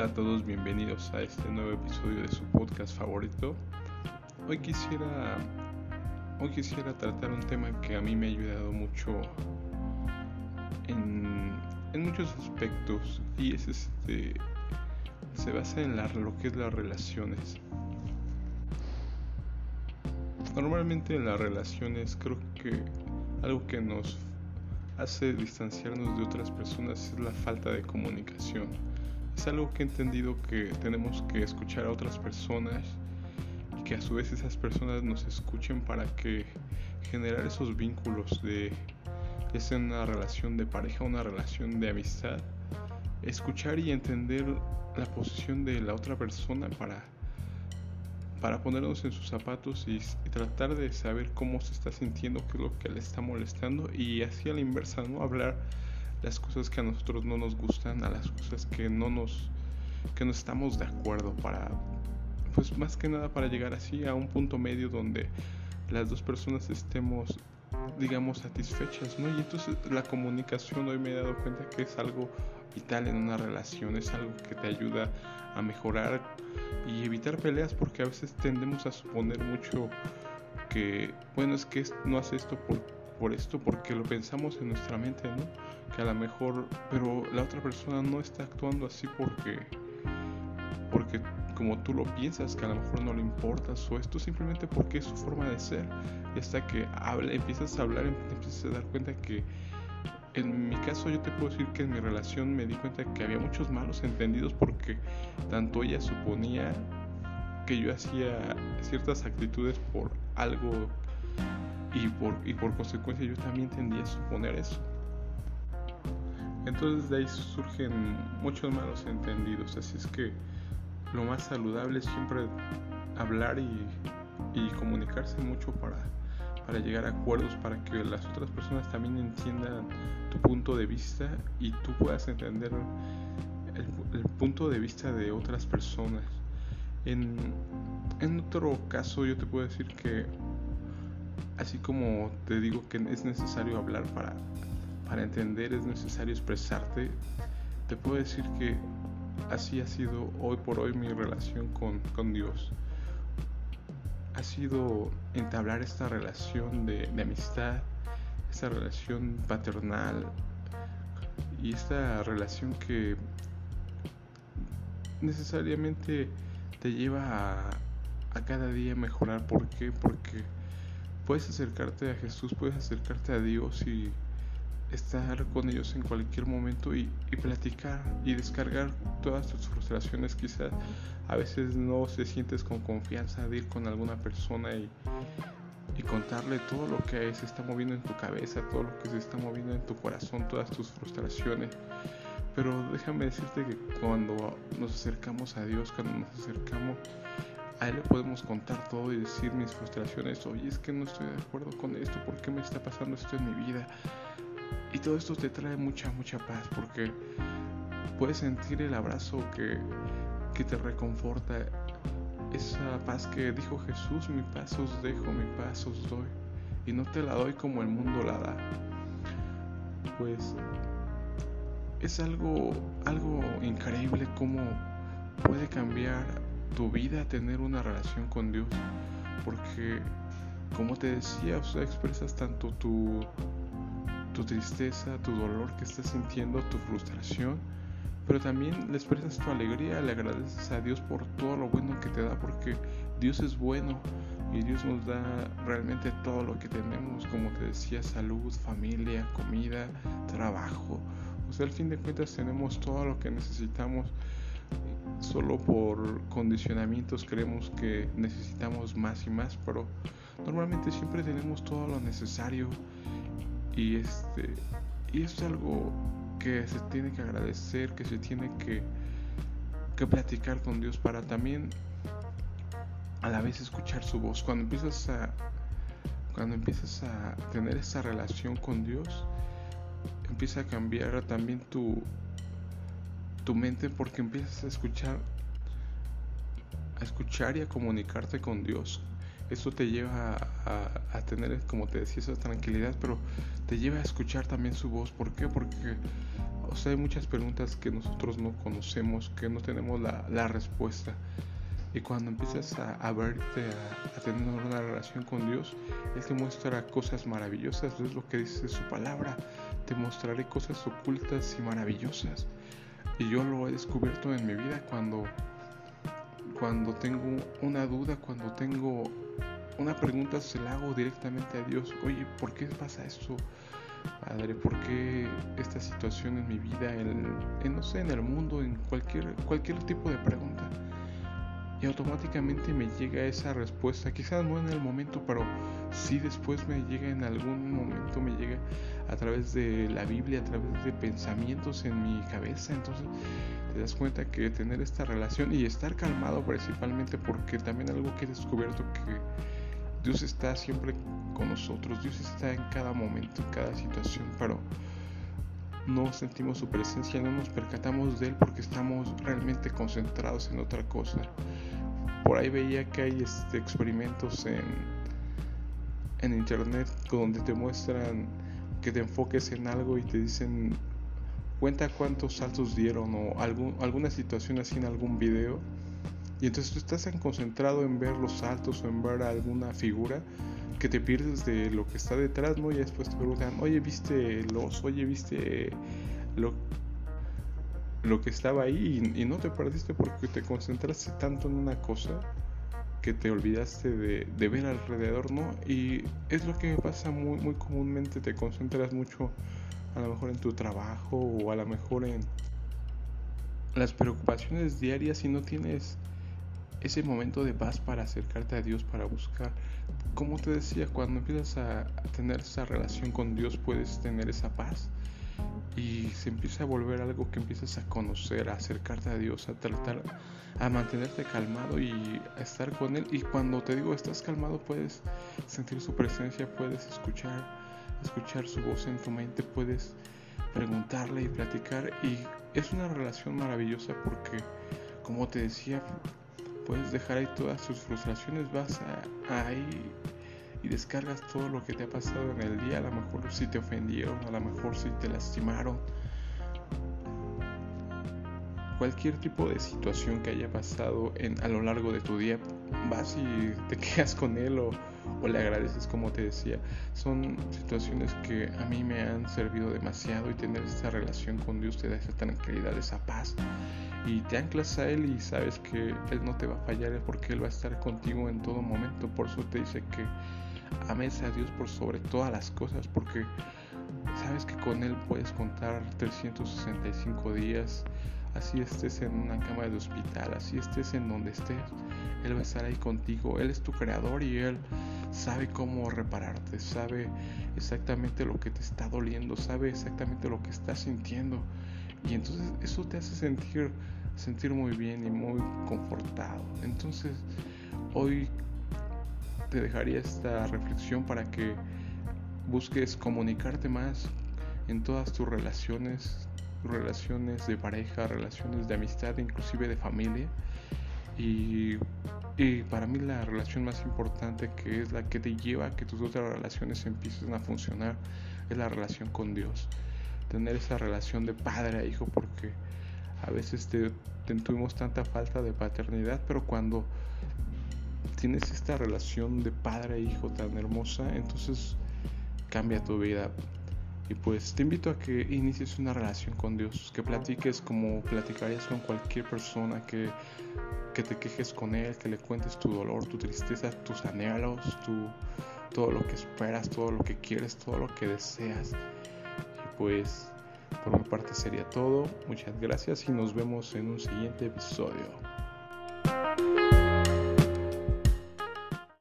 Hola a todos, bienvenidos a este nuevo episodio de su podcast favorito. Hoy quisiera tratar un tema que a mí me ha ayudado mucho en muchos aspectos, y se basa en lo que es las relaciones. Normalmente en las relaciones creo que algo que nos hace distanciarnos de otras personas es la falta de comunicación. Es algo que he entendido que tenemos que escuchar a otras personas y que a su vez esas personas nos escuchen para que generar esos vínculos de sea una relación de pareja, una relación de amistad, escuchar y entender la posición de la otra persona para ponernos en sus zapatos y tratar de saber cómo se está sintiendo, qué es lo que le está molestando, y así a la inversa, ¿no? Hablar las cosas que a nosotros no nos gustan, a las cosas que no estamos de acuerdo, para, pues más que nada para llegar así a un punto medio donde las dos personas estemos, digamos, satisfechas, ¿no? Y entonces la comunicación, hoy me he dado cuenta que es algo vital en una relación, es algo que te ayuda a mejorar y evitar peleas, porque a veces tendemos a suponer mucho que, bueno, es que no hace esto por esto, porque lo pensamos en nuestra mente, ¿no? Que a lo mejor, pero la otra persona no está actuando así porque como tú lo piensas, que a lo mejor no le importas, o esto simplemente porque es su forma de ser. Y hasta que empiezas a hablar, te empiezas a dar cuenta que, en mi caso, yo te puedo decir que en mi relación me di cuenta que había muchos malos entendidos, porque tanto ella suponía que yo hacía ciertas actitudes por algo, y por consecuencia yo también tendía a suponer eso. Entonces de ahí surgen muchos malos entendidos. Así es que lo más saludable es siempre hablar y comunicarse mucho para llegar a acuerdos, para que las otras personas también entiendan tu punto de vista y tú puedas entender el punto de vista de otras personas. En otro caso, yo te puedo decir que, así como te digo que es necesario hablar para entender, es necesario expresarte, te puedo decir que así ha sido hoy por hoy mi relación con Dios. Ha sido entablar esta relación de amistad, esta relación paternal, y esta relación que necesariamente te lleva a cada día mejorar. ¿Por qué? Porque puedes acercarte a Jesús, puedes acercarte a Dios y estar con ellos en cualquier momento y platicar y descargar todas tus frustraciones. Quizás a veces no te sientes con confianza de ir con alguna persona y contarle todo lo que se está moviendo en tu cabeza, todo lo que se está moviendo en tu corazón, todas tus frustraciones. Pero déjame decirte que cuando nos acercamos a Dios, cuando nos acercamos a Él, le podemos contar todo y decir mis frustraciones. Oye, es que no estoy de acuerdo con esto, ¿por qué me está pasando esto en mi vida? Y todo esto te trae mucha paz, porque puedes sentir el abrazo que te reconforta, esa paz que dijo Jesús: mi paz os dejo, mi paz os doy, y no te la doy como el mundo la da. Pues es algo increíble cómo puede cambiar tu vida tener una relación con Dios, porque, como te decía, expresas tanto tu tristeza, tu dolor que estás sintiendo, tu frustración, pero también le expresas tu alegría, le agradeces a Dios por todo lo bueno que te da, porque Dios es bueno y Dios nos da realmente todo lo que tenemos, como te decía: salud, familia, comida, trabajo. Al fin de cuentas tenemos todo lo que necesitamos. Solo por condicionamientos creemos que necesitamos más y más, pero normalmente siempre tenemos todo lo necesario. Y es algo que se tiene que agradecer, que se tiene que platicar con Dios, para también a la vez escuchar su voz. Cuando empiezas a tener esa relación con Dios, empieza a cambiar también tu mente, porque empiezas a escuchar y a comunicarte con Dios. Eso te lleva a tener, como te decía, esa tranquilidad, pero te lleva a escuchar también su voz. ¿Por qué? Porque O sea, hay muchas preguntas que nosotros no conocemos, que no tenemos la respuesta. Y cuando empiezas a verte, a tener una relación con Dios, Él te muestra cosas maravillosas. Es lo que dice su palabra: te mostraré cosas ocultas y maravillosas. Y yo lo he descubierto en mi vida cuando tengo una duda, cuando tengo una pregunta, se la hago directamente a Dios. Oye, ¿por qué pasa esto, Padre? ¿Por qué esta situación en mi vida, no sé, en el mundo, en cualquier tipo de pregunta? Y automáticamente me llega esa respuesta, quizás no en el momento, pero sí después me llega, en algún momento me llega a través de la Biblia, a través de pensamientos en mi cabeza. Entonces te das cuenta que tener esta relación y estar calmado, principalmente, porque también algo que he descubierto, que Dios está siempre con nosotros, Dios está en cada momento, en cada situación, pero no sentimos su presencia, no nos percatamos de Él porque estamos realmente concentrados en otra cosa. Por ahí veía que hay experimentos en internet donde te muestran que te enfoques en algo y te dicen: cuenta cuántos saltos dieron, o alguna situación así en algún video. Y entonces tú estás tan concentrado en ver los saltos o en ver alguna figura que te pierdes de lo que está detrás, ¿no? Y después te preguntan: oye, ¿viste lo que estaba ahí? Y no te perdiste porque te concentraste tanto en una cosa que te olvidaste de ver alrededor, ¿no? Y es lo que me pasa muy, muy comúnmente. Te concentras mucho, a lo mejor en tu trabajo, o a lo mejor en las preocupaciones diarias, y no tienes ese momento de paz para acercarte a Dios, para buscar. Como te decía, cuando empiezas a tener esa relación con Dios, puedes tener esa paz y se empieza a volver algo que empiezas a conocer, a acercarte a Dios, a tratar, a mantenerte calmado y a estar con Él. Y cuando te digo estás calmado, puedes sentir su presencia, puedes escuchar su voz en tu mente, puedes preguntarle y platicar, y es una relación maravillosa porque, como te decía, puedes dejar ahí todas tus frustraciones, vas ahí y descargas todo lo que te ha pasado en el día. A lo mejor si te ofendieron, a lo mejor si te lastimaron, cualquier tipo de situación que haya pasado a lo largo de tu día, vas y te quedas con Él o le agradeces. Como te decía, son situaciones que a mí me han servido demasiado, y tener esta relación con Dios te da esa tranquilidad, esa paz, y te anclas a Él y sabes que Él no te va a fallar, porque Él va a estar contigo en todo momento. Por eso te dice que ames a Dios por sobre todas las cosas, porque sabes que con Él puedes contar 365 días, así estés en una cama de hospital, así estés en donde estés, Él va a estar ahí contigo. Él es tu creador y Él sabe cómo repararte, sabe exactamente lo que te está doliendo, sabe exactamente lo que estás sintiendo, y entonces eso te hace sentir muy bien y muy confortado. Entonces hoy te dejaría esta reflexión para que busques comunicarte más en todas tus relaciones de pareja, relaciones de amistad, inclusive de familia. Y para mí la relación más importante, que es la que te lleva a que tus otras relaciones empiecen a funcionar, es la relación con Dios. Tener esa relación de padre a hijo, porque a veces tuvimos tanta falta de paternidad, pero cuando tienes esta relación de padre a hijo tan hermosa, entonces cambia tu vida. Y pues te invito a que inicies una relación con Dios, que platiques como platicarías con cualquier persona, que te quejes con Él, que le cuentes tu dolor, tu tristeza, tus anhelos, todo lo que esperas, todo lo que quieres, todo lo que deseas. Y pues por mi parte sería todo. Muchas gracias y nos vemos en un siguiente episodio.